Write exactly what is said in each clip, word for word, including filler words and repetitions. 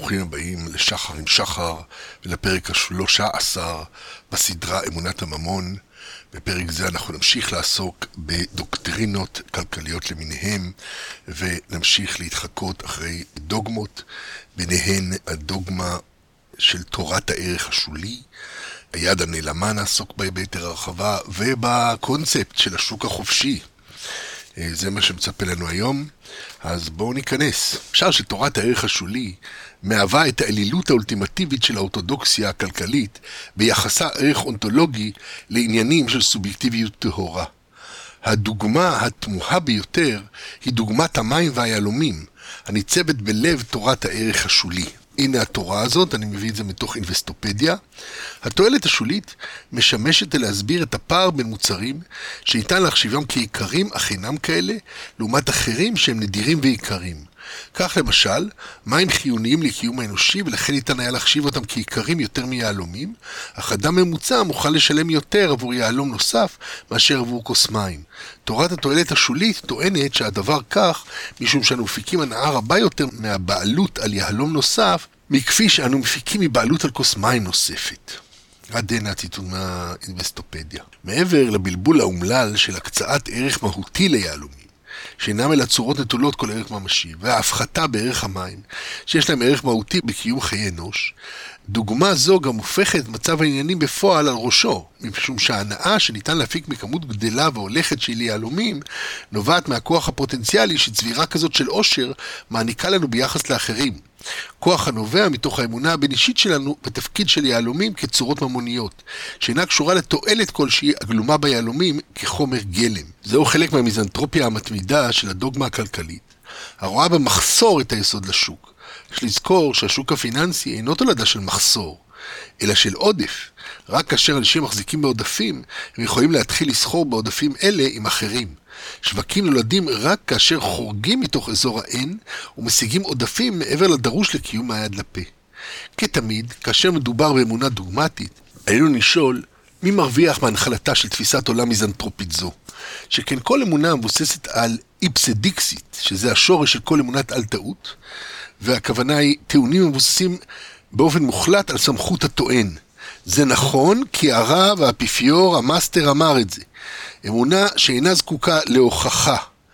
ברוכים הבאים לשחר עם שחר ולפרק השלושה עשר בסדרה אמונת הממון. בפרק זה אנחנו נמשיך לעסוק בדוקטרינות כלכליות למיניהם ונמשיך להתחקות אחרי דוגמות, ביניהן הדוגמה של תורת הערך השולי, היד הנעלמה נעסוק בה ביתר הרחבה, ובקונספט של השוק החופשי. זה מה שמצפה לנו היום, אז בואו ניכנס. אפשר שתורת הערך השולי מהווה את האלילות האולטימטיבית של האורתודוקסיה הכלכלית ביחסה ערך אונתולוגי לעניינים של סובייקטיביות טהורה. הדוגמה התמוהה ביותר היא דוגמת המים והיהלומים, הניצבת בלב תורת הערך השולי. הנה התורה הזאת, אני מביא את זה מתוך אינבסטופדיה. התועלת השולית משמשת להסביר את הפער בין מוצרים שניתן להחשיבם כעיקרים אך אינם כאלה, לעומת אחרים שהם נדירים ועיקרים. כך למשל, מים חיוניים לקיום האנושי ולכן ניתן היה להחשיב אותם כעיקרים יותר מיהלומים, אך אדם ממוצע מוכן לשלם יותר עבור יהלום נוסף מאשר עבור כוס מים. תורת התועלת השולית טוענת שהדבר כך משום שאנו מפיקים הנאה רבה יותר מהבעלות על יהלום נוסף מכפי שאנו מפיקים מבעלות על כוס מים נוספת. עד הנה הציטוט מהאינבסטופדיה. מעבר לבלבול האומלל של הקצאת ערך מהותי ליהלומים, שאינם אלה צורות נטולות כל ערך ממשי, וההפחתה בערך המים, שיש להם ערך מהותי בקיום חיי אנוש, דוגמה זו גם הופכת מצב העניינים בפועל על ראשו, משום שההנאה שניתן להפיק מכמות גדלה והולכת של יהלומים, נובעת מהכוח הפוטנציאלי שצבירה כזאת של עושר מעניקה לנו ביחס לאחרים. כוח הנובע מתוך האמונה הבין-אישית שלנו בתפקיד של יהלומים כצורות ממוניות, שאינה קשורה לתועלת כלשהי הגלומה ביהלומים כחומר גלם. זהו חלק מהמיזנטרופיה המתמידה של הדוגמה הכלכלית, הרואה במחסור את היסוד לשוק. יש לזכור שהשוק הפיננסי אינו תולדה של מחסור, אלא של עודף. רק כאשר אנשים מחזיקים בעודפים, הם יכולים להתחיל לסחור בעודפים אלה עם אחרים. שווקים נולדים רק כאשר חורגים מתוך אזור האין ומשיגים עודפים מעבר לדרוש לקיום מהיד לפה. כתמיד, כאשר מדובר באמונה דוגמטית, עלינו לשאול מי מרוויח מהנחלתה של תפיסת עולם מיזנטרופית זו. שכן כל אמונה מבוססת על איפסה דיקסית, שזה השורש של כל אמונת אל טעות, והכוונה היא טיעונים מבוססים באופן מוחלט על סמכות הטוען. זה נכון כי הרב והאפיפיור המאסטר אמר את זה. אמונה שאינה זקוקה להוכחה.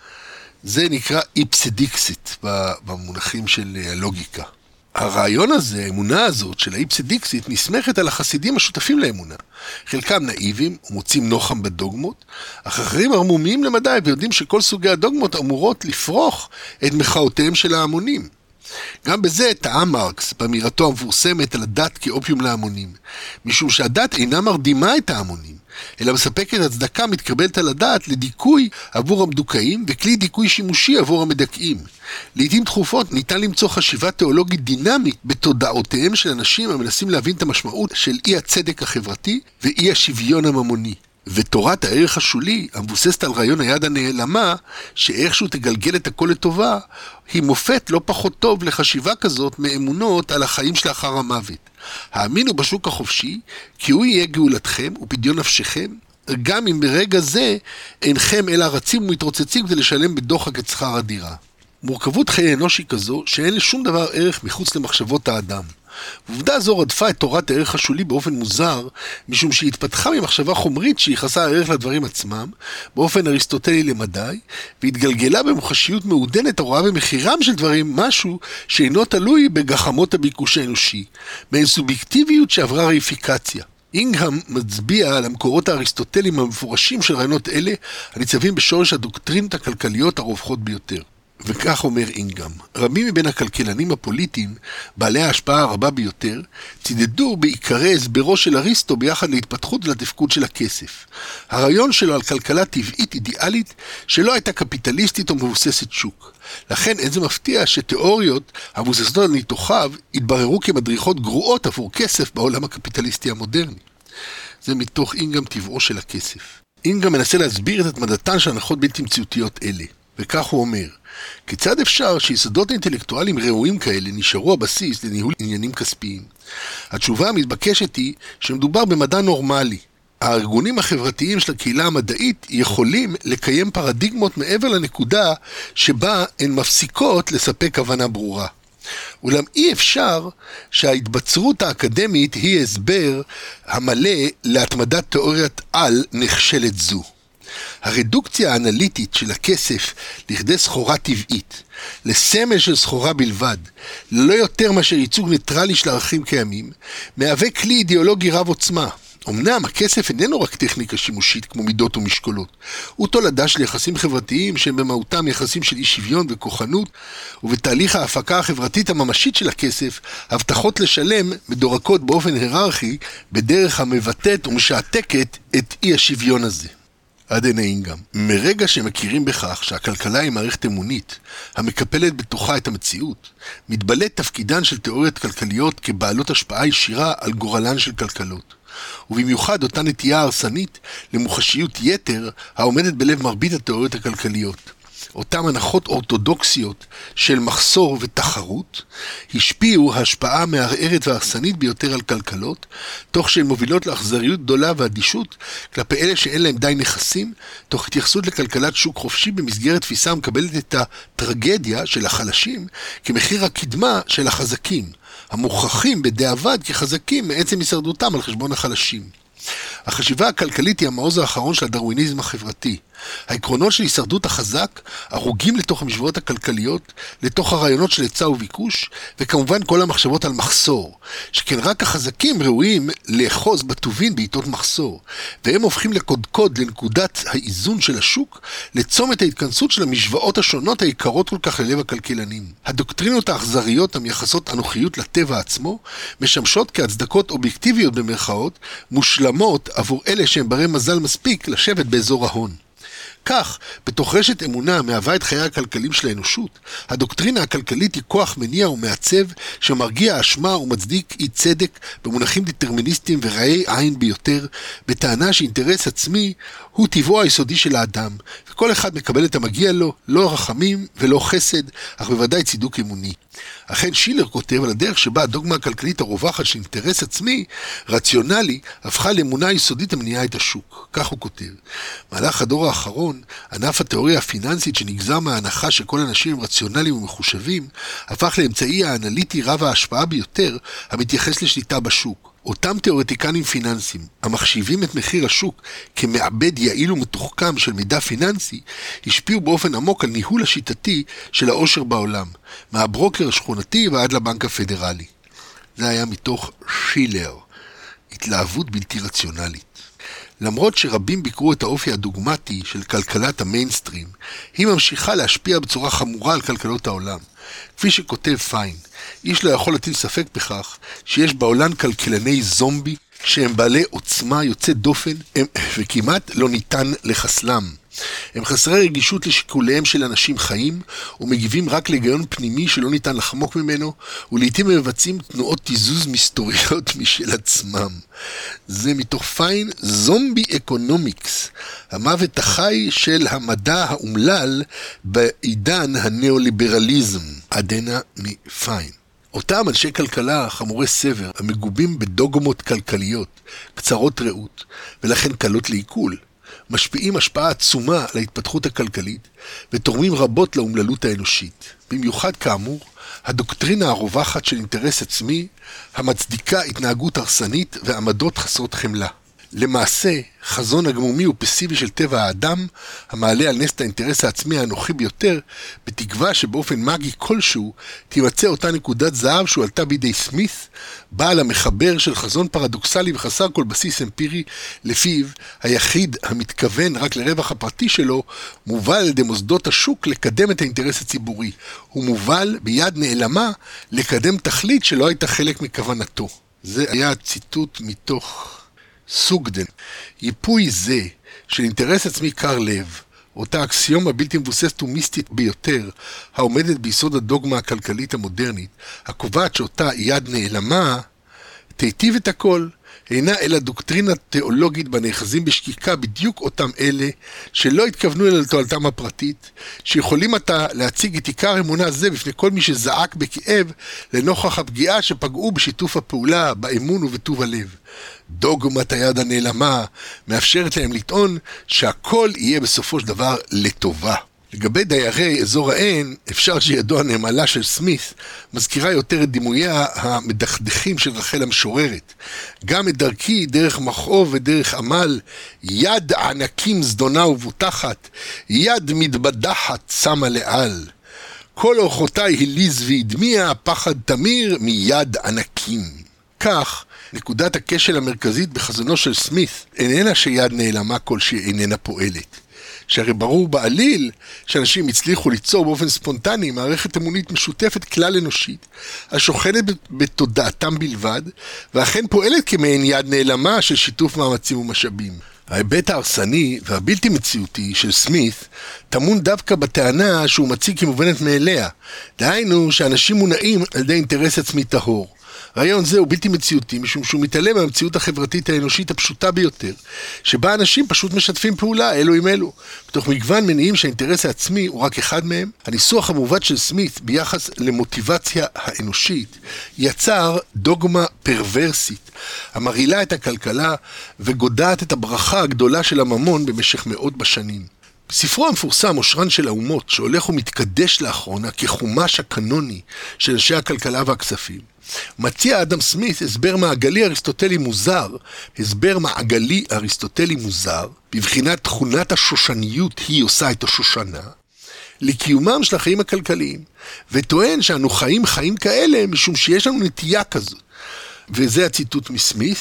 זה נקרא איפסה דיקסית במונחים של הלוגיקה. הרעיון הזה, האמונה הזאת של האיפסה דיקסית, נסמכת על החסידים השותפים לאמונה. חלקם נאיבים ומוצאים נוחם בדוגמות, אך אחרים ערמומיים למדי ויודעים שכל סוגי הדוגמות אמורות לפרוח את מחאותיהם של ההמונים. גם בזה טעה מרקס באמירתו המפורסמת על הדת כאופיום להמונים, משום שהדת אינה מרדימה את ההמונים, אלא מספקת הצדקה מתקבלת על הדת לדיכוי עבור המדוכאים וכלי דיכוי שימושי עבור המדכאים. לעתים תכופות ניתן למצוא חשיבה תיאולוגית דינמית בתודעותיהם של אנשים המנסים להבין את המשמעות של אי הצדק החברתי ואי השוויון הממוני. ותורת הערך השולי, המבוססת על רעיון היד הנעלמה, שאיכשהו תגלגל את הכל לטובה, היא מופת לא פחות טוב לחשיבה כזאת מאמונות על החיים שלאחר המוות. האמינו בשוק החופשי, כי הוא יהיה גאולתכם ופדיון נפשכם, גם אם ברגע זה אינכם אלא רצים ומתרוצצים כדי לשלם בדוחק את שכר הדירה. מורכבות חיי אנוש היא כזו שאין לשום דבר ערך מחוץ למחשבות האדם. ועובדה זו רדפה את תורת הערך השולי באופן מוזר, משום שהיא התפתחה ממחשבה חומרית שייחסה הערך לדברים עצמם, באופן אריסטוטלי למדי, והתגלגלה במוחשיות מעודנת הרואה במחירם של דברים משהו שאינו תלוי בגחמות הביקוש האנושי, מעין סובייקטיביות שעברה רייפיקציה. אינגהם מצביע על המקורות האריסטוטליים המפורשים של רעיונות אלה, הניצבים בשורש הדוקטרינות הכלכליות הרווחות ביותר. וכך אומר אינגהם, רבים מבין הכלכלנים הפוליטיים, בעלי ההשפעה הרבה ביותר, צידדו בעיקרי הסברו של אריסטו ביחד להתפתחות ולתפקוד של הכסף. הרעיון שלו על כלכלה טבעית אידיאלית שלא הייתה קפיטליסטית או מבוססת שוק. לכן אין זה מפתיע שתיאוריות המבוססות על ניתוחיו התבררו כמדריכות גרועות עבור כסף בעולם הקפיטליסטי המודרני. זה מתוך אינגהם טבעו של הכסף. אינגהם מנסה להסביר את התמדתן של הנחות בלתי מציאותיות אלה. וכך הוא אומר, כיצד אפשר שיסודות אינטלקטואליים ראויים כאלה נשארו הבסיס לניהול עניינים כספיים? התשובה המתבקשת היא שמדובר במדע נורמלי. הארגונים החברתיים של הקהילה המדעית יכולים לקיים פרדיגמות מעבר לנקודה שבה הן מפסיקות לספק הבנה ברורה. אולם אי אפשר שההתבצרות האקדמית היא הסבר המלא להתמדת תיאוריית על נכשלת זו. הרדוקציה האנליטית של הכסף לכדי סחורה טבעית, לסמל של סחורה בלבד, לא יותר מאשר ייצוג ניטרלי של ערכים קיימים, מהווה כלי אידיאולוגי רב עוצמה. אמנם הכסף איננו רק טכניקה שימושית כמו מידות ומשקולות, הוא תולדה של יחסים חברתיים שהם במהותם יחסים של אי שוויון וכוחנות, ובתהליך ההפקה החברתית הממשית של הכסף, הבטחות לשלם מדורקות באופן היררכי בדרך המבטאת ומשעתקת את אי השוויון הזה. עד הנה אינגם. מרגע שמכירים בכך שהכלכלה היא מערכת אמונית, המקפלת בתוכה את המציאות, מתבלט תפקידן של תיאוריות כלכליות כבעלות השפעה ישירה על גורלן של כלכלות. ובמיוחד אותה נטייה הרסנית למוחשיות יתר העומדת בלב מרבית התיאוריות הכלכליות. אותם הנחות אורתודוקסיות של מחסור ותחרות השפיעו השפעה מערערת והרסנית ביותר על כלכלות, תוך שהן מובילות לאכזריות גדולה ואדישות כלפי אלה שאין להם די נכסים, תוך התייחסות לכלכלת שוק חופשי במסגרת תפיסה המקבלת את הטרגדיה של החלשים כמחיר הקדמה של החזקים, המוכחים בדיעבד כחזקים מעצם הישרדותם על חשבון החלשים. החשיבה הכלכלית היא המעוז האחרון של הדרוויניזם החברתי. העקרונות של הישרדות החזק הרוגים לתוך המשוואות הכלכליות, לתוך הרעיונות של היצע וביקוש, וכמובן כל המחשבות על מחסור, שכן רק החזקים ראויים לאחוז בטובין בעיתות מחסור, והם הופכים לקודקוד לנקודת האיזון של השוק, לצומת ההתכנסות של המשוואות השונות היקרות כל כך ללב הכלכלנים. הדוקטרינות האכזריות המייחסות אנוכיות לטבע עצמו, משמשות כהצדקות אובייקטיביות במרכאות, מושלמות עבור אלה שהם ברי מזל מספיק לשבת באזור ההון. כך, בתוך רשת אמונה המהווה את חיי הכלכלים של האנושות, הדוקטרינה הכלכלית היא כוח מניע ומעצב שמרגיע אשמה ומצדיק אי צדק במונחים דטרמיניסטיים ורעי עין ביותר, בטענה שאינטרס עצמי הוא טבעו היסודי של האדם, וכל אחד מקבל את המגיע לו, לא רחמים ולא חסד, אך בוודאי צידוק אמוני. אכן שילר כותב על הדרך שבה הדוגמה הכלכלית הרווחת של אינטרס עצמי, רציונלי, הפכה לאמונה יסודית המניעה את השוק. כך הוא כותב. מהלך הדור האחרון, ענף התיאוריה הפיננסית שנגזר מההנחה שכל אנשים הם רציונליים ומחושבים, הפך לאמצעי האנליטי רב ההשפעה ביותר המתייחס לשליטה בשוק. אותם תיאורטיקנים פיננסיים, המחשיבים את מחיר השוק כמעבד יעיל ומתוחכם של מידע פיננסי, השפיעו באופן עמוק על ניהול השיטתי של העושר בעולם, מהברוקר השכונתי ועד לבנק הפדרלי. זה היה מתוך שילר, התלהבות בלתי רציונלית. למרות שרבים ביקרו את האופי הדוגמטי של כלכלת המיינסטרים, היא ממשיכה להשפיע בצורה חמורה על כלכלות העולם. כפי שכותב פיין, איש לא יכול להטיל ספק בכך שיש בעולם כלכלני זומבי שהם בעלי עוצמה יוצאת דופן הם, וכמעט לא ניתן לחסלם. הם חסרי רגישות לשיקוליהם של אנשים חיים ומגיבים רק להיגיון פנימי שלא ניתן לחמוק ממנו, ולעיתים הם מבצעים תנועות תיזוז מסתוריות משל עצמם. זה מתוך פיין, זומבי אקונומיקס, המוות החי של המדע האומלל בעידן הנאו-ליברליזם. עדנה מפיין. אותם אנשי כלכלה חמורי סבר המגובים בדוגמות כלכליות, קצרות ראות, ולכן קלות לעיכול, משפיעים השפעה עצומה על ההתפתחות הכלכלית ותורמים רבות לאומללות האנושית. במיוחד כאמור, הדוקטרינה הרווחת של אינטרס עצמי המצדיקה התנהגות הרסנית ועמדות חסרות חמלה. למעשה, חזון הגמומי ופסיבי של טבע האדם, המעלה על נס את האינטרס העצמי האנוכי ביותר, בתקווה שבאופן מגי כלשהו תימצא אותה נקודת זהב שהועלתה בידי סמית, בעל המחבר של חזון פרדוקסלי וחסר כל בסיס אמפירי, לפיו היחיד המתכוון רק לרווח הפרטי שלו, מובל על ידי מוסדות השוק לקדם את האינטרס הציבורי. הוא מובל ביד נעלמה לקדם תכלית שלא הייתה חלק מכוונתו. זה היה ציטוט מתוך סוגדן. ייפוי זה של אינטרס עצמי קר לב, אותה אקסיומה בלתי מבוססת ומיסטית ביותר, העומדת ביסוד הדוגמה הכלכלית המודרנית, הקובעת שאותה יד נעלמה תיטיב את הכל, אינה אלא דוקטרינה תיאולוגית בנאחזים בשקיקה בדיוק אותם אלה שלא התכוונו אל תועלתם הפרטית, שיכולים עתה להציג את עיקר אמונה זה בפני כל מי שזעק בכאב לנוכח הפגיעה שפגעו בשיתוף הפעולה, באמון ובטוב הלב. דוגמת היד הנעלמה מאפשרת להם לטעון שהכל יהיה בסופו של דבר לטובה. לגבי דיירי אזור העין, אפשר שידו הנאמלה של סמית מזכירה יותר את דימוייה המדכדכים של רחל המשוררת. גם את דרכי, דרך מכאוב ודרך עמל, יד ענקים זדונה ובוטחת, יד מתבדחת שמה לעל. כל אורחותיי הליז והדמיע, פחד תמיר מיד ענקים. כך, נקודת הכשל המרכזית בחזונו של סמית איננה שיד נעלמה כלשהי איננה פועלת. שהרי ברור בעליל שאנשים הצליחו ליצור באופן ספונטני מערכת אמונית משותפת כלל אנושית, השוכנת בתודעתם בלבד, ואכן פועלת כמעין יד נעלמה של שיתוף מאמצים ומשאבים. ההיבט ההרסני והבלתי מציאותי של סמית טמון דווקא בטענה שהוא מציג כמובנת מאליה, דהיינו שאנשים מונעים על ידי אינטרס עצמי טהור. רעיון זה הוא בלתי מציאותי, משום שהוא מתעלם מהמציאות החברתית האנושית הפשוטה ביותר, שבה אנשים פשוט משתפים פעולה אלו עם אלו. בתוך מגוון מניעים שהאינטרס העצמי הוא רק אחד מהם, הניסוח המעוות של סמית ביחס למוטיבציה האנושית יצר דוגמה פרוורסית, המרעילה את הכלכלה וגודעת את הברכה הגדולה של הממון במשך מאות בשנים. בספרו המפורסם עושרן של האומות, שהולך ומתקדש לאחרונה כחומש הקנוני של אנשי הכלכלה והכספים, מציע אדם סמית הסבר מעגלי אריסטוטלי מוזר, הסבר מעגלי אריסטוטלי מוזר, בבחינת תכונת השושניות היא עושה את השושנה, לקיומם של החיים הכלכליים, וטוען שאנו חיים חיים כאלה משום שיש לנו נטייה כזאת. וזה הציטוט מסמית: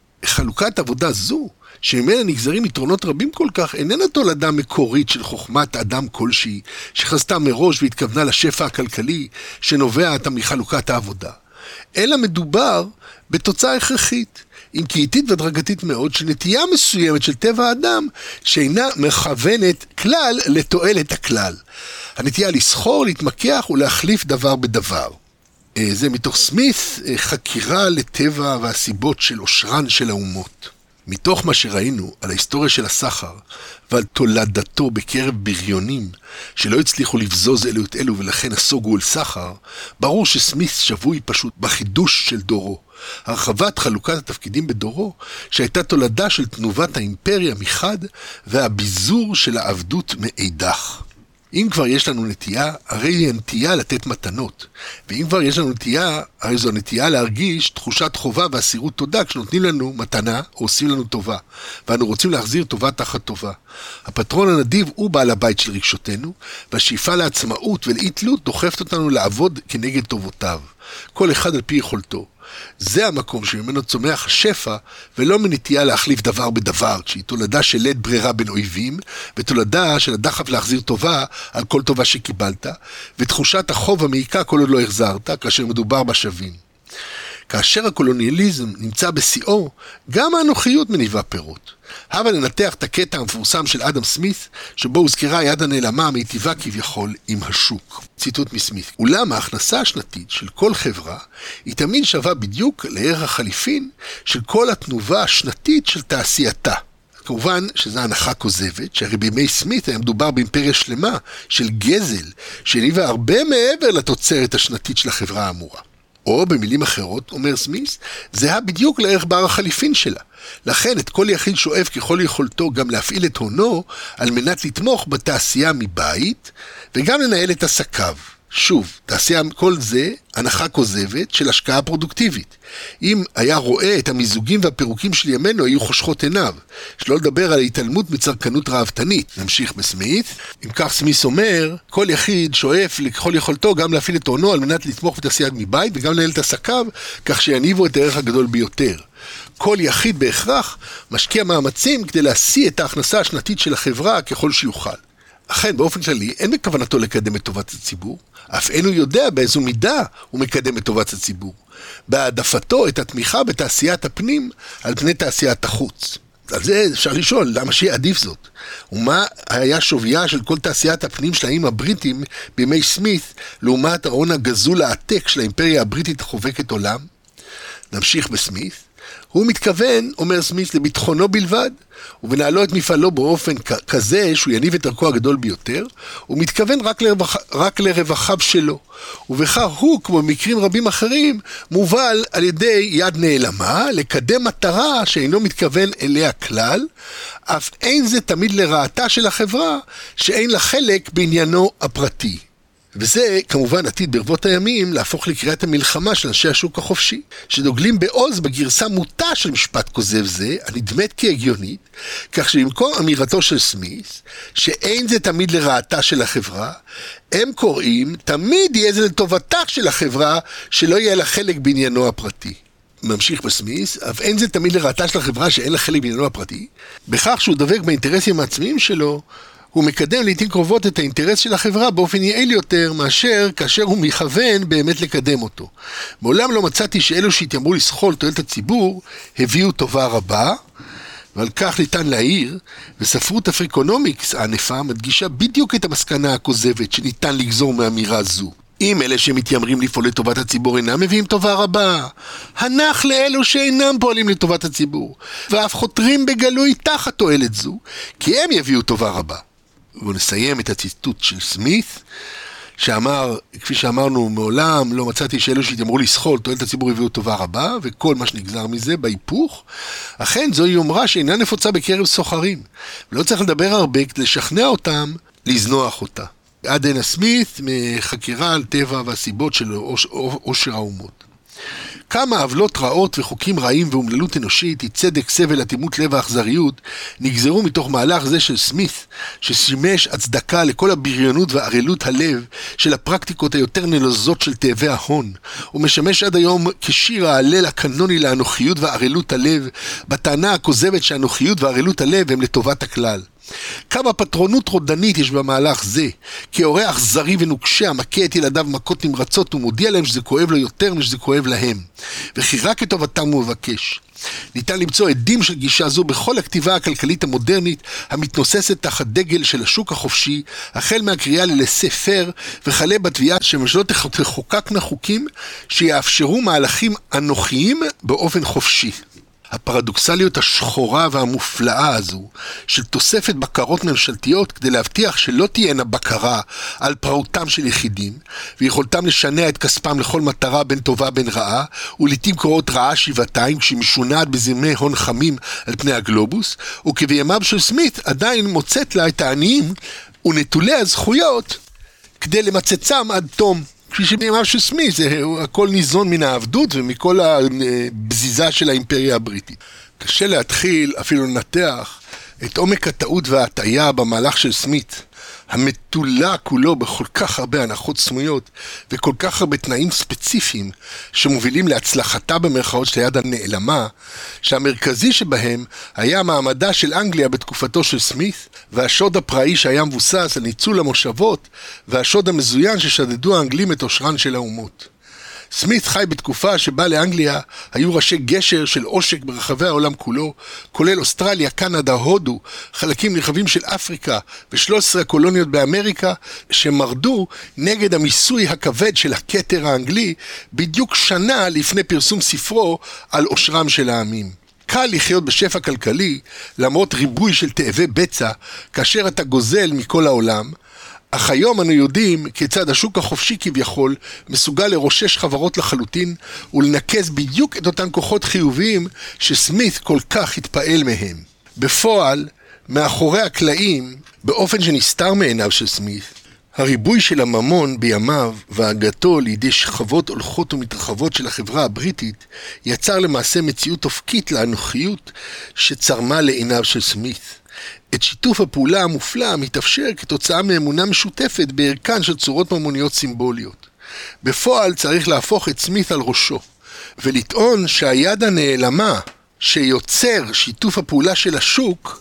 חלוקת עבודה זו, שממנה נגזרים יתרונות רבים כל כך, איננה תולדה מקורית של חוכמת אדם כלשהי, שחזתה מראש והתכוונה לשפע הכלכלי שנובע מחלוקת העבודה. אלא מדובר בתוצאה הכרחית, אם כי איטית ודרגתית מאוד, של נטייה מסוימת של טבע האדם, שאינה מכוונת כלל לתועלת הכלל. הנטייה לסחור, להתמקח ולהחליף דבר בדבר. זה מתוך סמית, חקירה לטבע והסיבות של עושרן של האומות. מתוך מה שראינו על ההיסטוריה של הסחר ועל תולדתו בקרב בריונים שלא הצליחו לבזוז אלו את אלו ולכן הסוגו אל סחר, ברור שסמית שבוי פשוט בחידוש של דורו, הרחבת חלוקת התפקידים בדורו שהייתה תולדה של תנובת האימפריה מחד והביזור של העבדות מאידך. אם כבר יש לנו נטייה, הרי היא נטייה לתת מתנות. ואם כבר יש לנו נטייה, הרי זו נטייה להרגיש תחושת חובה והסירות תודה כשנותנים לנו מתנה או עושים לנו טובה. ואנו רוצים להחזיר טובה תחת טובה. הפטרון הנדיב הוא בעל הבית של רגשותינו, והשאיפה לעצמאות ולאי תלות דוחפת אותנו לעבוד כנגד טובותיו. כל אחד על פי יכולתו. זה המקום שממנו צומח השפע, ולא מנטייה להחליף דבר בדבר, שהיא תולדה של לית ברירה בין אויבים, ותולדה של הדחף להחזיר טובה על כל טובה שקיבלת, ותחושת החוב המעיקה כל עוד לא החזרת, כאשר מדובר בשווים. כאשר הקולוניאליזם נמצא בשיאו, גם האנוכיות מניבה פירות. הבה ננתח את הקטע המפורסם של אדם סמית, שבו הוזכרה היד הנעלמה המיטיבה כביכול עם השוק. ציטוט מסמית: אולם ההכנסה השנתית של כל חברה היא תמיד שווה בדיוק לערך החליפין של כל התנובה השנתית של תעשייתה. כמובן שזו הנחה כוזבת, שהרי בימי סמית היה מדובר באימפריה שלמה של גזל, שהניבה הרבה מעבר לתוצרת השנתית של החברה האמורה. או במילים אחרות, אומר סמית, זה היה בדיוק לערך בר החליפין שלה. לכן את כל יחיד שואף ככל יכולתו גם להפעיל את הונו על מנת לתמוך בתעשייה מבית וגם לנהל את עסקיו. שוב, תעשייה כל זה הנחה כוזבת של השקעה פרודוקטיבית. אם היה רואה את המיזוגים והפירוקים של ימינו היו חושכות עיניו, שלא לדבר על ההתעלמות מצרכנות רעבתנית. נמשיך בסמית. אם כך סמית אומר, כל יחיד שואף לכל יכולתו גם להפעיל את הונו על מנת לתמוך בתעשייה מבית וגם לנהל את עסקיו כך שיניבו את הערך הגדול ביותר. כל יחיד בהכרח משקיע מאמצים כדי להשיא את ההכנסה השנתית של החברה ככל שיוכל. אכן, באופן כללי, אין בכוונתו לקדם את טובת הציבור, אף אינו יודע באיזו מידה הוא מקדם את טובת הציבור, בהעדפתו את התמיכה בתעשיית הפנים על פני תעשיית החוץ. על זה אפשר לשאול, למה שיהיה עדיף זאת? ומה היה שוויה של כל תעשיית הפנים של האיים הבריטים בימי סמית, לעומת ההון הגזול העתק של האימפריה הבריטית החובקת עולם? נמשיך בסמית. הוא מתכוון, אומר סמית, לביטחונו בלבד, ובנהלו את מפעלו באופן כזה שהוא יניב את ערכו הגדול ביותר, הוא מתכוון רק, לרווח, רק לרווחיו שלו, ובכך הוא, כמו במקרים רבים אחרים, מובל על ידי יד נעלמה, לקדם מטרה שאינו מתכוון אליה כלל, אף אין זה תמיד לרעתה של החברה, שאין לה חלק בעניינו הפרטי. וזה כמובן עתיד ברבות הימים להפוך לקריאת המלחמה של אנשי השוק החופשי, שדוגלים בעוז בגרסה מוטה של משפט כוזב זה, הנדמת כהגיונית, כך שבמקום אמירתו של סמית, שאין זה תמיד לרעתה של החברה, הם קוראים, תמיד יהיה זה לטובתה של החברה, שלא יהיה לה חלק בעניינו הפרטי. ממשיך בסמית, אף אין זה תמיד לרעתה של החברה שאין לה חלק בעניינו הפרטי, בכך שהוא דבק באינטרסים העצמיים שלו, הוא מקדם לעתים קרובות את האינטרס של החברה באופן יעיל יותר מאשר כאשר הוא מכוון באמת לקדם אותו. מעולם לא מצאתי שאלו שהתיימרו לסחול תועלת הציבור הביאו טובה רבה, ועל כך ניתן להעיר, וספרות הפריקונומיקס הענפה מדגישה בדיוק את המסקנה הכוזבת שניתן לגזור מאמירה זו. אם אלה שמתיימרים לפעול לטובת הציבור אינם מביאים טובה רבה, הנח לאלו שאינם פועלים לטובת הציבור, ואף חותרים בגלוי תחת תועלת זו, כי הם יביאו טובה רבה. ונסיים את הציטוט של סמית, שאמר, כפי שאמרנו, מעולם לא מצאתי שאלו שהתיימרו לסחול תועלת הציבור הביאו טובה רבה, וכל מה שנגזר מזה בהיפוך, אכן זוהי יומרה שאינה נפוצה בקרב סוחרים, ולא צריך לדבר הרבה כדי לשכנע אותם לזנוח אותה. עד הנה סמית מחקירה על טבע והסיבות של עושר האומות. כמה עוולות רעות וחוקים רעים ואומללות אנושית, אי צדק, סבל, אטימות לב והאכזריות, נגזרו מתוך מהלך זה של סמית, ששימש הצדקה לכל הבריונות וערלות הלב של הפרקטיקות היותר נלוזות של תאבי ההון, ומשמש עד היום כשיר ההלל הקנוני לאנוכיות וערלות הלב, בטענה הכוזבת שהאנוכיות וערלות הלב הם לטובת הכלל. כמה פטרונות רודנית יש במהלך זה, כי הורה אכזרי ונוקשה מכה את ילדיו מכות נמרצות ומודיע להם שזה כואב לו יותר משזה כואב להם, וכי רק את טובתם הוא מבקש. ניתן למצוא עדים של גישה זו בכל הכתיבה הכלכלית המודרנית המתנוססת תחת דגל של השוק החופשי, החל מהקריאה ללספר וכלה בתביעה שממשלות תחוקקנה חוקים שיאפשרו מהלכים אנוכיים באופן חופשי. הפרדוקסליות השחורה והמופלאה הזו של תוספת בקרות ממשלתיות כדי להבטיח שלא תהיינה בקרה על פרעותם של יחידים ויכולתם לשנע את כספם לכל מטרה בין טובה בין רעה, ולעיתים קורות רעה שבעתיים כשהיא משונעת בזרמי הון חמים על פני הגלובוס, וכבימיו של סמית עדיין מוצאת לה את העניים ונטולי הזכויות כדי למצצם עד תום. כפי שבימיו של סמית, זה הכל ניזון מן העבדות ומכל הבזיזה של האימפריה הבריטית. קשה להתחיל אפילו לנתח את עומק הטעות וההטעיה במהלך של סמית, המתולה כולו בכל כך הרבה הנחות סמויות וכל כך הרבה תנאים ספציפיים שמובילים להצלחתה במרכאות של היד הנעלמה, שהמרכזי שבהם היה מעמדה של אנגליה בתקופתו של סמית, והשוד הפראי שהיה מבוסס על ניצול המושבות, והשוד המזוין ששדדו האנגלים את עושרן של האומות. סמית חי בתקופה שבה לאנגליה היו ראשי גשר של עושק ברחבי העולם כולו, כולל אוסטרליה, קנדה, הודו, חלקים נרחבים של אפריקה ו-שלוש עשרה קולוניות באמריקה, שמרדו נגד המיסוי הכבד של הכתר האנגלי בדיוק שנה לפני פרסום ספרו על עושרם של העמים. קל לחיות בשפע כלכלי למרות ריבוי של תאבי בצע כאשר אתה גוזל מכל העולם, אך היום אנו יודעים כיצד השוק החופשי כביכול מסוגל לרושש חברות לחלוטין ולנקז בדיוק את אותן כוחות חיוביים שסמית כל כך התפעל מהם. בפועל, מאחורי הקלעים, באופן שנסתר מעיניו של סמית, הריבוי של הממון בימיו והגעתו לידי שכבות הולכות ומתרחבות של החברה הבריטית יצר למעשה מציאות אופקית לאנוכיות שצרמה לעיניו של סמית. את שיתוף הפעולה המופלא מתאפשר כתוצאה מאמונה משותפת בערכן של צורות ממוניות סימבוליות. בפועל צריך להפוך את סמית על ראשו, ולטעון שהיד הנעלמה שיוצר שיתוף הפעולה של השוק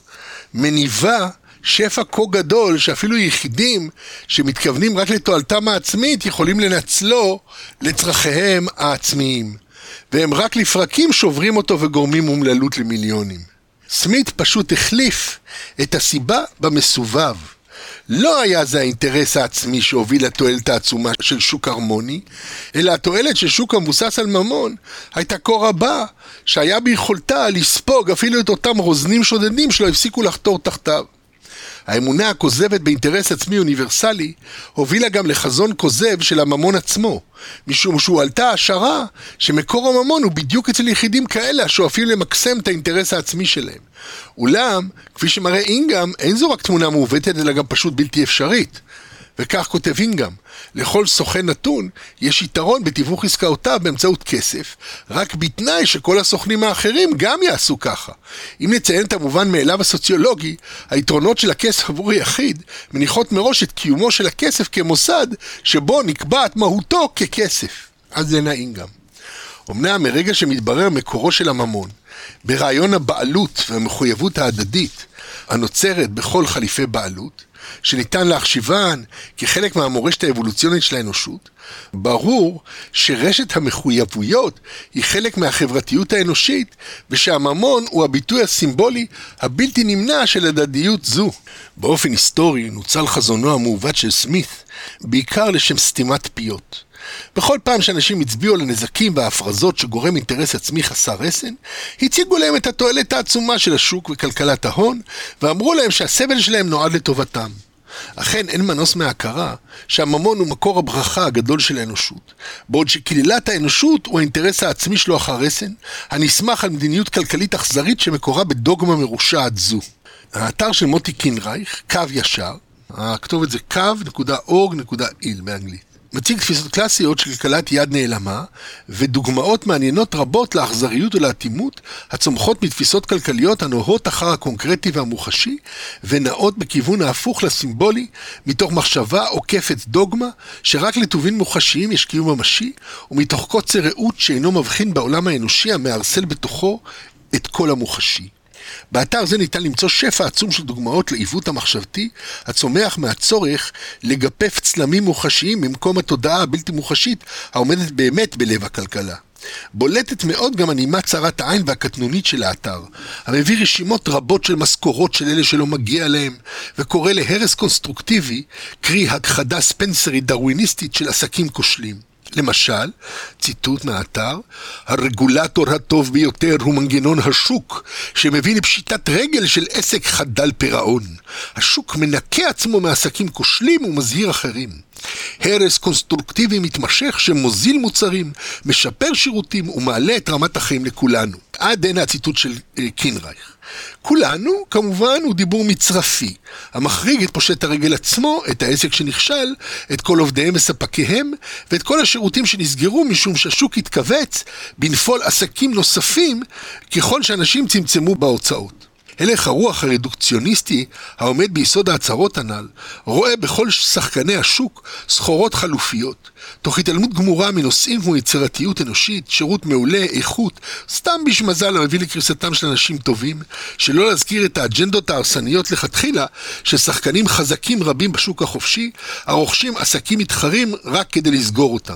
מניבה שפע כה גדול שאפילו יחידים שמתכוונים רק לתועלתם העצמית יכולים לנצלו לצרכיהם העצמיים, והם רק לפרקים שוברים אותו וגורמים אומללות למיליונים. סמית פשוט החליף את הסיבה במסובב, לא היה זה האינטרס העצמי שהוביל לתועלת העצומה של שוק הרמוני, אלא התועלת של שוק המבוסס על ממון הייתה כה רבה, שהיה ביכולתה לספוג אפילו את אותם רוזנים שודדים שלא הפסיקו לחתור תחתיו. האמונה הכוזבת באינטרס עצמי אוניברסלי הובילה גם לחזון כוזב של הממון עצמו, משום שהוא עלתה השערה שמקור הממון הוא בדיוק אצל יחידים כאלה השואפים למקסם את האינטרס העצמי שלהם. אולם, כפי שמראה אינגאם, אין זו רק תמונה מעוותת אלא גם פשוט בלתי אפשרית. וכך כותב אינגאם, לכל סוכן נתון יש יתרון בתיווך עסקאותיו באמצעות כסף, רק בתנאי שכל הסוכנים האחרים גם יעשו ככה. אם נציין את המובן מאליו הסוציולוגי, היתרונות של הכסף עבור יחיד מניחות מראש את קיומו של הכסף כמוסד שבו נקבעת מהותו ככסף. אז זה אינגאם. אמנם מרגע שמתברר מקורו של הממון, ברעיון הבעלות והמחויבות ההדדית הנוצרת בכל חליפי בעלות, שניתן להחשיבן כחלק מהמורשת האבולוציונית של האנושות, ברור שרשת המחויבויות היא חלק מהחברתיות האנושית, ושהממון הוא הביטוי הסימבולי הבלתי נמנע של הדדיות זו. באופן היסטורי נוצל חזונו המעוות של סמית, בעיקר לשם סתימת פיות. בכל פעם שאנשים הצביעו על הנזקים וההפרזות שגורם אינטרס עצמי חסר רסן, הציגו להם את התועלת העצומה של השוק וכלכלת ההון, ואמרו להם שהסבל שלהם נועד לטובתם. אכן אין מנוס מההכרה שהממון הוא מקור הברכה הגדול של האנושות, בעוד שקללת האנושות הוא האינטרס העצמי שלו אחר רסן, הנסמך על מדיניות כלכלית אכזרית שמקורה בדוגמה מרושעת זו. האתר של מוטי קינרייך, קו ישר, הכתובת זה קו נקודה אורג נקודה איל באנגלית. מציג תפיסות קלאסיות של כלכלת יד נעלמה, ודוגמאות מעניינות רבות לאכזריות ולאטימות, הצומחות מתפיסות כלכליות הנוהות אחר הקונקרטי והמוחשי, ונעות בכיוון ההפוך לסימבולי, מתוך מחשבה עוקפת דוגמה, שרק לטובין מוחשיים יש קיום ממשי, ומתוך קוצר ראות שאינו מבחין בעולם האנושי המארסל בתוכו את כל המוחשי. באתר זה ניתן למצוא שפע עצום של דוגמאות לעיוות המחשבתי, הצומח מהצורך לגפף צלמים מוחשיים במקום התודעה הבלתי מוחשית העומדת באמת בלב הכלכלה. בולטת מאוד גם הנימה צרת העין והקטנונית של האתר, המביא רשימות רבות של משכורות של אלה שלא מגיע להם, וקורא להרס קונסטרוקטיבי, קרי הכחדה ספנסרית דרוויניסטית של עסקים כושלים. למשל, ציטוט מהאתר, הרגולטור הטוב ביותר הוא מנגנון השוק, שמביא לפשיטת רגל של עסק חדל פירעון. השוק מנקה עצמו מעסקים כושלים ומזהיר אחרים. הרס קונסטרוקטיבי מתמשך שמוזיל מוצרים, משפר שירותים ומעלה את רמת החיים לכולנו. עד הנה הציטוט של uh, קינרייך. כולנו, כמובן, הוא דיבור מצרפי, המחריג את פושט הרגל עצמו, את העסק שנכשל, את כל עובדיהם וספקיהם, ואת כל השירותים שנסגרו משום שהשוק התכווץ בנפול עסקים נוספים, ככל שאנשים צמצמו בהוצאות. הלך הרוח הרדוקציוניסטי העומד ביסוד ההצהרות הנ"ל, רואה בכל שחקני השוק סחורות חלופיות, תוך התעלמות גמורה מנושאים כמו יצירתיות אנושית, שירות מעולה, איכות, סתם בשמזל המביא לקריסתם של אנשים טובים, שלא להזכיר את האג'נדות ההרסניות לכתחילה של שחקנים חזקים רבים בשוק החופשי, הרוכשים עסקים מתחרים רק כדי לסגור אותם.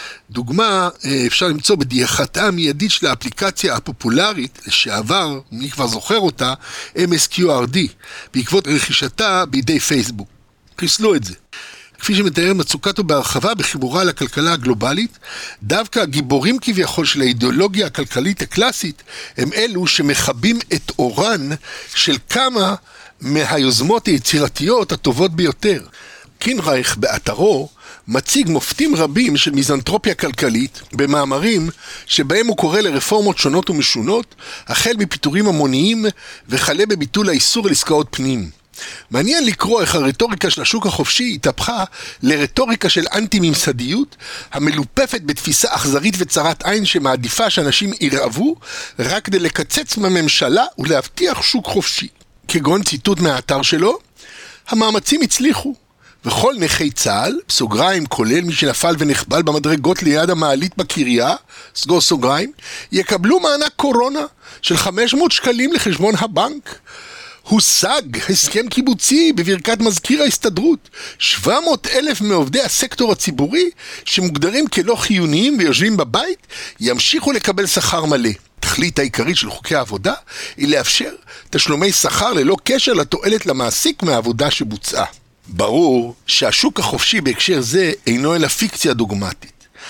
דוגמה אפשר למצוא בדייחתה המיידית של האפליקציה הפופולרית לשעבר, מי כבר זוכר אותה, אם אס קיו אר די, בעקבות רכישתה בידי פייסבוק. חיסלו את זה. כפי שמתאר מצוקתו בהרחבה בחיבורה לכלכלה הגלובלית, דווקא הגיבורים כביכול של האידיאולוגיה הכלכלית הקלאסית הם אלו שמחבים את אורן של כמה מהיוזמות היצירתיות הטובות ביותר. קינרייך באתרו מציג מופתים רבים של מיזנטרופיה כלכלית במאמרים שבהם הוא קורא לרפורמות שונות ומשונות, החל מפיטורים המוניים וכלה בביטול האיסור על עסקאות פנים. מעניין לקרוא איך הרטוריקה של השוק החופשי התהפכה לרטוריקה של אנטי-ממסדיות, המלופפת בתפיסה אכזרית וצרת עין שמעדיפה שאנשים ירעבו רק כדי לקצץ מהממשלה ולהבטיח שוק חופשי. כגון ציטוט מהאתר שלו, המאמצים הצליחו. וכל נכי צה"ל, סוגריים כולל מי שנפל ונחבל במדרגות ליד המעלית בקריה, סגור סוגריים, יקבלו מענק קורונה של חמש מאות שקלים לחשבון הבנק. הושג הסכם קיבוצי בברכת מזכיר ההסתדרות. שבע מאות אלף מעובדי הסקטור הציבורי שמוגדרים כלא חיוניים ויושבים בבית ימשיכו לקבל שכר מלא. התכלית העיקרית של חוקי העבודה היא לאפשר תשלומי שכר ללא קשר לתועלת למעסיק מהעבודה שבוצעה. ברור שהשוק החופשי בהקשר זה אינו אלא פיקציה דוגמטית.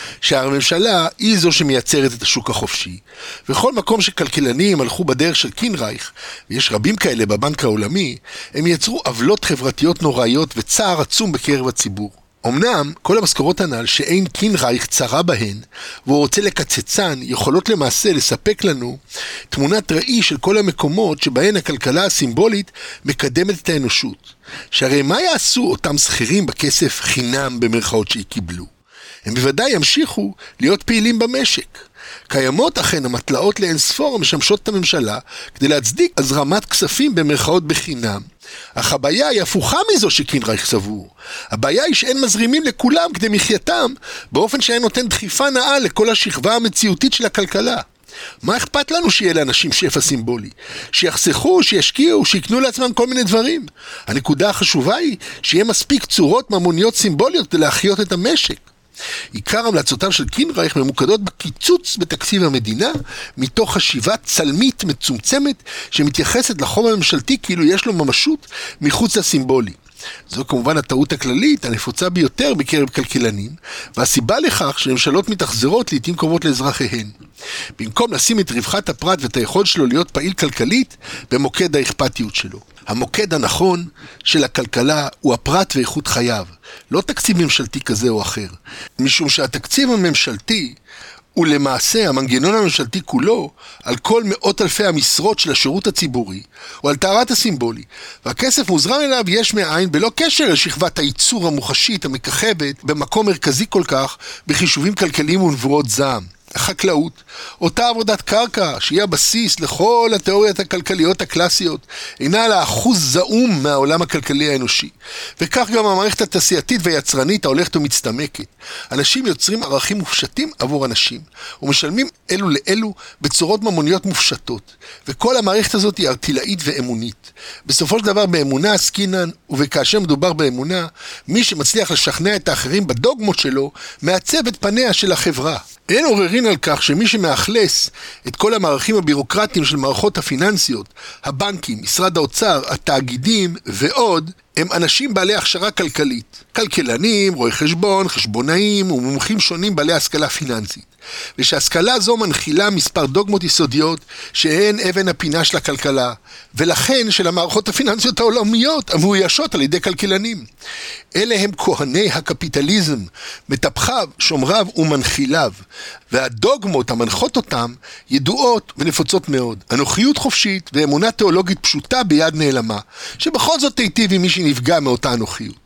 שהממשלה היא זו שמייצרת את השוק החופשי, וכל מקום שכלכלנים הלכו בדרך של קינרייך, ויש רבים כאלה בבנק העולמי, הם יצרו עוולות חברתיות נוראיות וצער עצום בקרב הציבור. אמנם כל המשכורות הנ"ל שאין קינרייך צרה בהן, והוא רוצה לקצצן, יכולות למעשה לספק לנו תמונת ראי של כל המקומות שבהן הכלכלה הסימבולית מקדמת את האנושות. שהרי מה יעשו אותם שכירים בכסף חינם במרכאות שהיא קיבלו? הם בוודאי ימשיכו להיות פעילים במשק. קיימות אכן המטלאות לאין ספור המשמשות את הממשלה כדי להצדיק הזרמת כספים במרכאות בחינם. אך הבעיה היא הפוכה מזו שקינרייך סבור. הבעיה היא שאין מזרימים לכולם כדי מחייתם באופן שאין נותן דחיפה נאה לכל השכבה המציאותית של הכלכלה. מה אכפת לנו שיהיה לאנשים שפע סימבולי? שיחסכו, שישקיעו, שיקנו לעצמם כל מיני דברים. הנקודה החשובה היא שיהיה מספיק צורות ממוניות סימבוליות כדי להחיות את המשק. עיקר המלצותיו של קינרייך ממוקדות בקיצוץ בתקציב המדינה, מתוך חשיבה צלמית מצומצמת שמתייחסת לחוב הממשלתי כאילו יש לו ממשות מחוץ לסימבולי. זו כמובן הטעות הכללית הנפוצה ביותר בקרב כלכלנים, והסיבה לכך שממשלות מתאכזרות לעתים קרובות לאזרחיהן. במקום לשים את רווחת הפרט ואת היכולת שלו להיות פעיל כלכלית במוקד האכפתיות שלו. המוקד הנכון של הכלכלה הוא הפרט ואיכות חייו, לא תקציב ממשלתי כזה או אחר. משום שהתקציב הממשלתי הוא למעשה המנגנון הממשלתי כולו על כל מאות אלפי המשרות של השירות הציבורי, או על טהרת הסימבולי, והכסף מוזרם אליו יש מאין בלא קשר לשכבת הייצור המוחשית המככבת במקום מרכזי כל כך בחישובים כלכליים ונבואות זעם. החקלאות, אותה עבודת קרקע שהיא הבסיס לכל התיאוריות הכלכליות הקלאסיות, אינה על האחוז זעום מהעולם הכלכלי האנושי. וכך גם המערכת התעשייתית והיצרנית ההולכת ומצטמקת. אנשים יוצרים ערכים מופשטים עבור אנשים, ומשלמים אלו לאלו בצורות ממוניות מופשטות. וכל המערכת הזאת היא ארטילאית ואמונית. בסופו של דבר באמונה עסקינן, וכאשר מדובר באמונה, מי שמצליח לשכנע את האחרים בדוגמות שלו, מעצב את פניה של החברה. אין עוררין על כך שמי שמאכלס את כל המערכים הבירוקרטיים של מערכות הפיננסיות, הבנקים, משרד האוצר, התאגידים ועוד, הם אנשים בעלי הכשרה כלכלית. כלכלנים, רואי חשבון, חשבונאים ומומחים שונים בעלי השכלה פיננסית. ושהשכלה זו מנחילה מספר דוגמות יסודיות שהן אבן הפינה של הכלכלה, ולכן של המערכות הפיננסיות העולמיות המאוישות על ידי כלכלנים. אלה הם כהני הקפיטליזם, מטפחיו, שומריו ומנחיליו, והדוגמות המנחות אותם ידועות ונפוצות מאוד. אנוכיות חופשית ואמונה תיאולוגית פשוטה ביד נעלמה, שבכל זאת תיטיב עם מי שנפגע מאותה אנוכיות.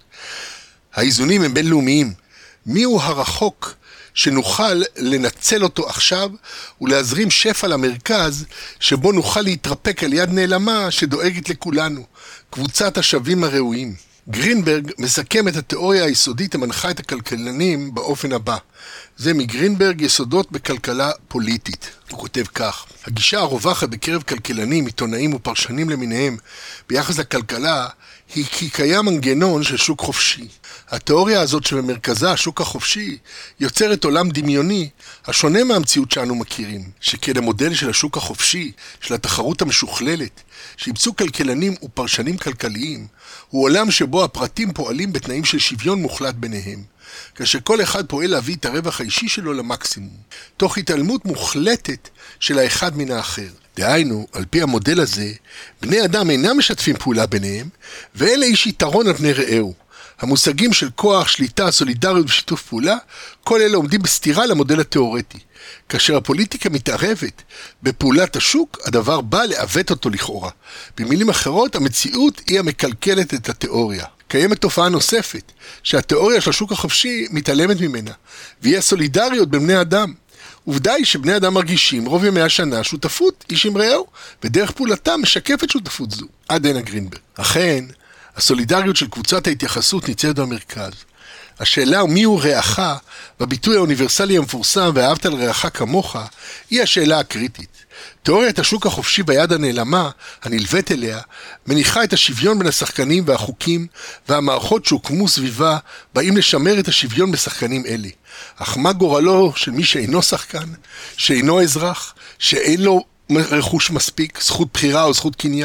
האיזונים הם בינלאומיים. מיהו הרחוק שנוכל לנצל אותו עכשיו ולהזרים שפע למרכז שבו נוכל להתרפק על יד נעלמה שדואגת לכולנו, קבוצת השווים הראויים. גרינברג מסכם את התיאוריה היסודית המנחה את הכלכלנים באופן הבא. זה מגרינברג יסודות בכלכלה פוליטית. הוא כותב כך: הגישה הרווחת בקרב כלכלנים, עיתונאים ופרשנים למיניהם ביחס לכלכלה היא כי קיים מנגנון של שוק חופשי. התיאוריה הזאת שבמרכזה השוק החופשי יוצרת עולם דמיוני השונה מהמציאות שאנו מכירים, שכן המודל של השוק החופשי, של התחרות המשוכללת, שיבצו כלכלנים ופרשנים כלכליים, הוא עולם שבו הפרטים פועלים בתנאים של שוויון מוחלט ביניהם, כאשר כל אחד פועל להביא את הרווח האישי שלו למקסימום, תוך התעלמות מוחלטת של האחד מן האחר. דהיינו, על פי המודל הזה, בני אדם אינם משתפים פעולה ביניהם, ואלה איש יתרון על פני רעהו. המושגים של כוח, שליטה, סולידריות ושיתוף פעולה, כל אלה עומדים בסתירה למודל התיאורטי. כאשר הפוליטיקה מתערבת בפעולת השוק, הדבר בא לעוות אותו לכאורה. במילים אחרות, המציאות היא המקלקלת את התיאוריה. קיימת תופעה נוספת, שהתיאוריה של השוק החופשי מתעלמת ממנה, והיא הסולידריות בין בני אדם. עובדה היא שבני אדם מרגישים רוב ימי השנה שותפות איש עם רעהו, ודרך פעולתם משקפת שותפות זו. עד הנה גרינברג. אכן, הסולידריות של קבוצת ההתייחסות ניצבת במרכז. השאלה מי הוא רעך, בביטוי האוניברסלי המפורסם ואהבת על רעך כמוך, היא השאלה הקריטית. תיאוריית השוק החופשי ביד הנעלמה, הנלווית אליה, מניחה את השוויון בין השחקנים והחוקים והמערכות שהוקמו סביבה באים לשמר את השוויון בשחקנים אלה. אך מה גורלו של מי שאינו שחקן, שאינו אזרח, שאין לו רכוש מספיק, זכות בחירה או זכות קניין?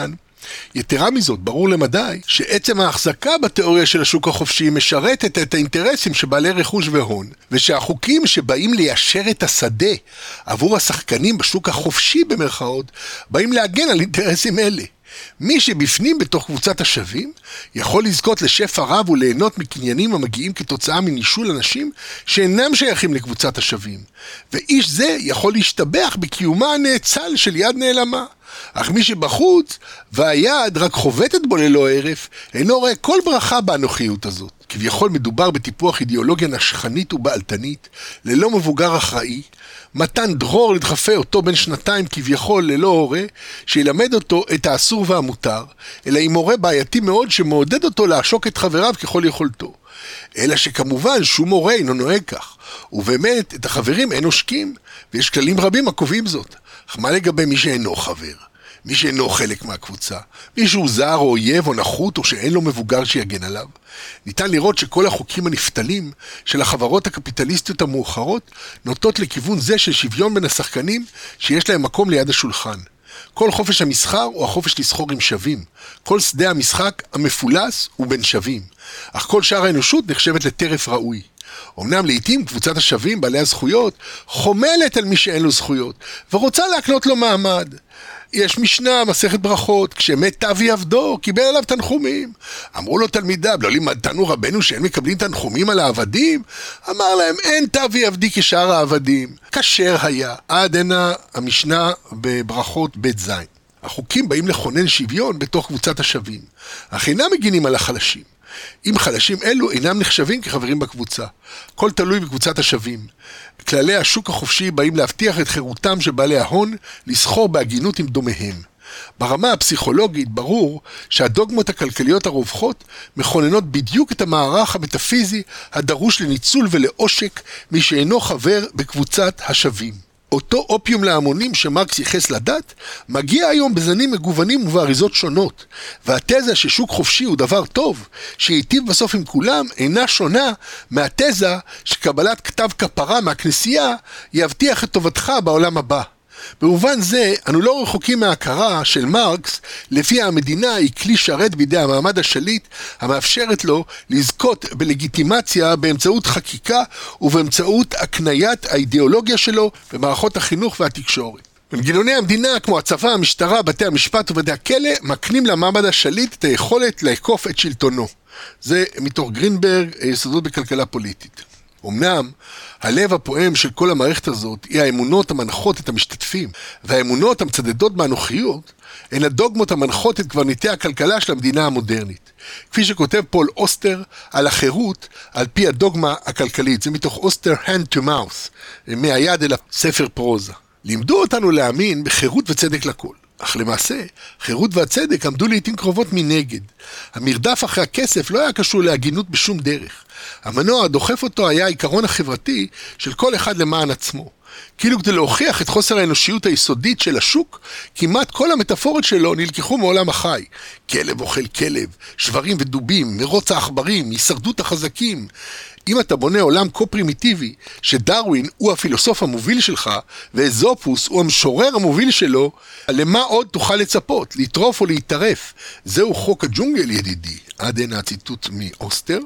יתרה מזאת, ברור למדי שעצם ההחזקה בתיאוריה של השוק החופשי משרתת את האינטרסים שבעלי רכוש והון, ושהחוקים שבאים ליישר את השדה עבור השחקנים בשוק החופשי במרכאות, באים להגן על אינטרסים אלה. מי שבפנים בתוך קבוצת השווים יכול לזכות לשפע רב וליהנות מקניינים המגיעים כתוצאה מנישול אנשים שאינם שייכים לקבוצת השווים, ואיש זה יכול להשתבח בקיומה הנאצל של יד נעלמה. אך מי שבחוץ והיד רק חובטת בו ללא הרף אינו רואה כל ברכה באנוכיות הזאת. כביכול מדובר בטיפוח אידיאולוגיה נשכנית ובעלתנית ללא מבוגר אחראי, מתן דרור לדחפה אותו בן שנתיים כביכול ללא הורה שילמד אותו את האסור והמותר, אלא עם הורה בעייתי מאוד שמעודד אותו לעשוק את חבריו ככל יכולתו. אלא שכמובן שום הורה אינו נוהג כך, ובאמת את החברים אין עושקים, ויש כללים רבים הקובעים זאת. אך מה לגבי מי שאינו חבר? מי שאינו חלק מהקבוצה? מי שהוא זר או אויב או נחות או שאין לו מבוגר שיגן עליו? ניתן לראות שכל החוקים הנפתלים של החברות הקפיטליסטיות המאוחרות נוטות לכיוון זה של שוויון בין השחקנים שיש להם מקום ליד השולחן. כל חופש המסחר הוא החופש לסחור עם שווים. כל שדה המשחק המפולס הוא בין שווים. אך כל שאר האנושות נחשבת לטרף ראוי. אמנם לעתים קבוצת השווים, בעלי הזכויות, חומלת על מי שאין לו זכויות, ורוצה להקנות לו מעמד. יש משנה, מסכת ברכות, כשמת אבי עבדו, קיבל עליו תנחומים. אמרו לו תלמידיו, לא לימדתנו רבנו שאין מקבלים תנחומים על העבדים? אמר להם, אין תאבי עבדי כשאר העבדים. כשר היה. עד הנה המשנה בברכות בית זין. החוקים באים לכונן שוויון בתוך קבוצת השווים, אך אינם מגינים על החלשים. אם חלשים אלו אינם נחשבים כחברים בקבוצה. כל תלוי בקבוצת השווים. כללי השוק החופשי באים להבטיח את חירותם של בעלי ההון לסחור בהגינות עם דומיהם. ברמה הפסיכולוגית ברור שהדוגמות הכלכליות הרווחות מכוננות בדיוק את המערך המטאפיזי הדרוש לניצול ולעושק מי שאינו חבר בקבוצת השווים. אותו אופיום להמונים שמרקס ייחס לדת, מגיע היום בזנים מגוונים ובאריזות שונות, והתזה ששוק חופשי הוא דבר טוב, שהיטיב בסוף עם כולם, אינה שונה מהתזה שקבלת כתב כפרה מהכנסייה יבטיח את טובתך בעולם הבא. במובן זה, אנו לא רחוקים מההכרה של מרקס, לפי המדינה היא כלי שרת בידי המעמד השליט, המאפשרת לו לזכות בלגיטימציה באמצעות חקיקה ובאמצעות הקניית האידיאולוגיה שלו במערכות החינוך והתקשורת. מנגנוני המדינה, כמו הצבא, המשטרה, בתי המשפט ובתי הכלא, מקנים למעמד השליט את היכולת לעקוף את שלטונו. זה מתוך גרינברג, יסודות בכלכלה פוליטית. אמנם, הלב הפועם של כל המערכת הזאת היא האמונות המנחות את המשתתפים, והאמונות המצדדות באנוכיות הן הדוגמות המנחות את קברניטי הכלכלה של המדינה המודרנית. כפי שכותב פול אוסטר על החירות על פי הדוגמה הכלכלית, זה מתוך אוסטר Hand to Mouth, מהיד אל הספר פרוזה. לימדו אותנו להאמין בחירות וצדק לכל. אך למעשה, חירות והצדק עמדו לעתים קרובות מנגד. המרדף אחרי הכסף לא היה קשור להגינות בשום דרך. המנוע הדוחף אותו היה העיקרון החברתי של כל אחד למען עצמו. כאילו כדי להוכיח את חוסר האנושיות היסודית של השוק, כמעט כל המטאפורות שלו נלקחו מעולם החי. כלב אוכל כלב, שברים ודובים, מרוץ העכברים, הישרדות החזקים. אם אתה בונה עולם כה פרימיטיבי, שדרווין הוא הפילוסוף המוביל שלך, ואזופוס הוא המשורר המוביל שלו, למה עוד תוכל לצפות, לטרוף או להתערף? זהו חוק הג'ונגל ידידי, עד הנה הציטוט מאוסטר.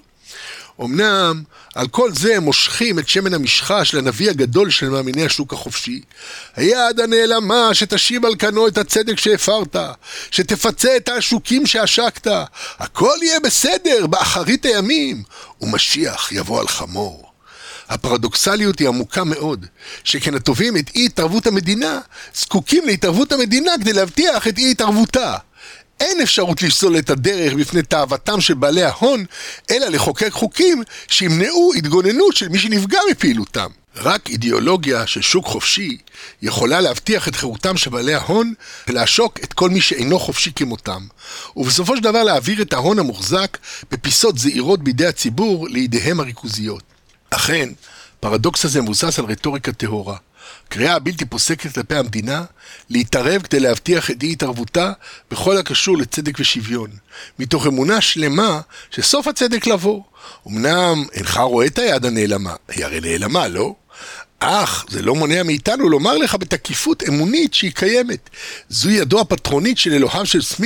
אמנם, על כל זה הם מושכים את שמן המשחה של הנביא הגדול של מאמיני השוק החופשי. היד הנעלמה שתשיב על כנו את הצדק שהפרת, שתפצה את השוקים שהשקת, הכל יהיה בסדר באחרית הימים, ומשיח יבוא על חמור. הפרדוקסליות היא עמוקה מאוד, שכן הטובים את אי התערבות המדינה, זקוקים להתערבות המדינה כדי להבטיח את אי התערבותה. אין אפשרות לפסול את הדרך בפני תאוותם של בעלי ההון, אלא לחוקק חוקים שימנעו התגוננות של מי שנפגע מפעילותם. רק אידיאולוגיה של שוק חופשי יכולה להבטיח את חירותם של בעלי ההון ולעשוק את כל מי שאינו חופשי כמותם, ובסופו של דבר להעביר את ההון המוחזק בפיסות זעירות בידי הציבור לידיהם הריכוזיות. אכן, פרדוקס הזה מבוסס על רטוריקה טהורה. קריאה הבלתי פוסקת כלפי המדינה להתערב כדי להבטיח את אי התערבותה בכל הקשור לצדק ושוויון, מתוך אמונה שלמה שסוף הצדק לבוא. אמנם אינך רואה את היד הנעלמה, היא הרי נעלמה, לא? אך זה לא מונע מאיתנו לומר לך בתקיפות אמונית שהיא קיימת. זו ידו הפטרונית של אלוהיו של סמית,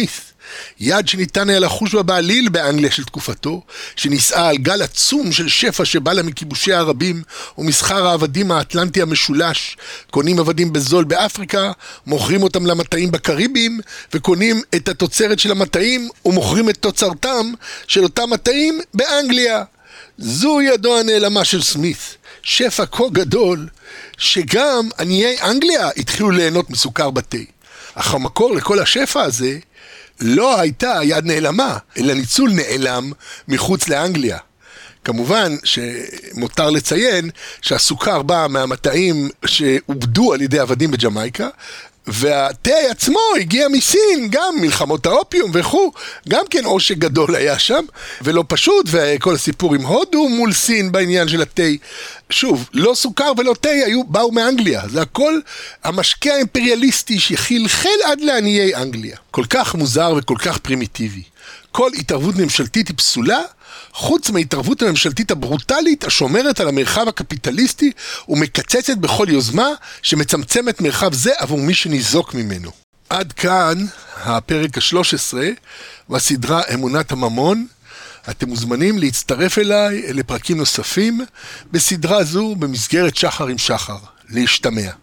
יד שניתן היה לחוש בה בעליל באנגליה של תקופתו, שנישאה על גל עצום של שפע שבא לה מכיבושי הערבים ומסחר העבדים האטלנטי המשולש. קונים עבדים בזול באפריקה, מוכרים אותם למטעים בקריבים, וקונים את התוצרת של המטעים ומוכרים את תוצרתם של אותם מטעים באנגליה. זו ידו הנעלמה של סמית, שפע כה גדול שגם עניי אנגליה התחילו ליהנות מסוכר בתה. אך המקור לכל השפע הזה לא הייתה יד נעלמה, אלא ניצול נעלם מחוץ לאנגליה. כמובן שמותר לציין שהסוכר בא מהמטעים שעובדו על ידי עבדים בג'מייקה, והתה עצמו הגיע מסין, גם מלחמות האופיום וכו', גם כן עושק גדול היה שם, ולא פשוט, וכל הסיפור עם הודו מול סין בעניין של התה. שוב, לא סוכר ולא תה היו, באו מאנגליה, זה הכל המשקה האימפריאליסטי שחלחל עד לעניי אנגליה. כל כך מוזר וכל כך פרימיטיבי. כל התערבות ממשלתית היא פסולה, חוץ מההתערבות הממשלתית הברוטלית השומרת על המרחב הקפיטליסטי ומקצצת בכל יוזמה שמצמצמת מרחב זה עבור מי שניזוק ממנו. עד כאן הפרק ה-שלוש עשרה והסדרה אמונת הממון. אתם מוזמנים להצטרף אליי לפרקים נוספים בסדרה זו במסגרת שחר עם שחר. להשתמע.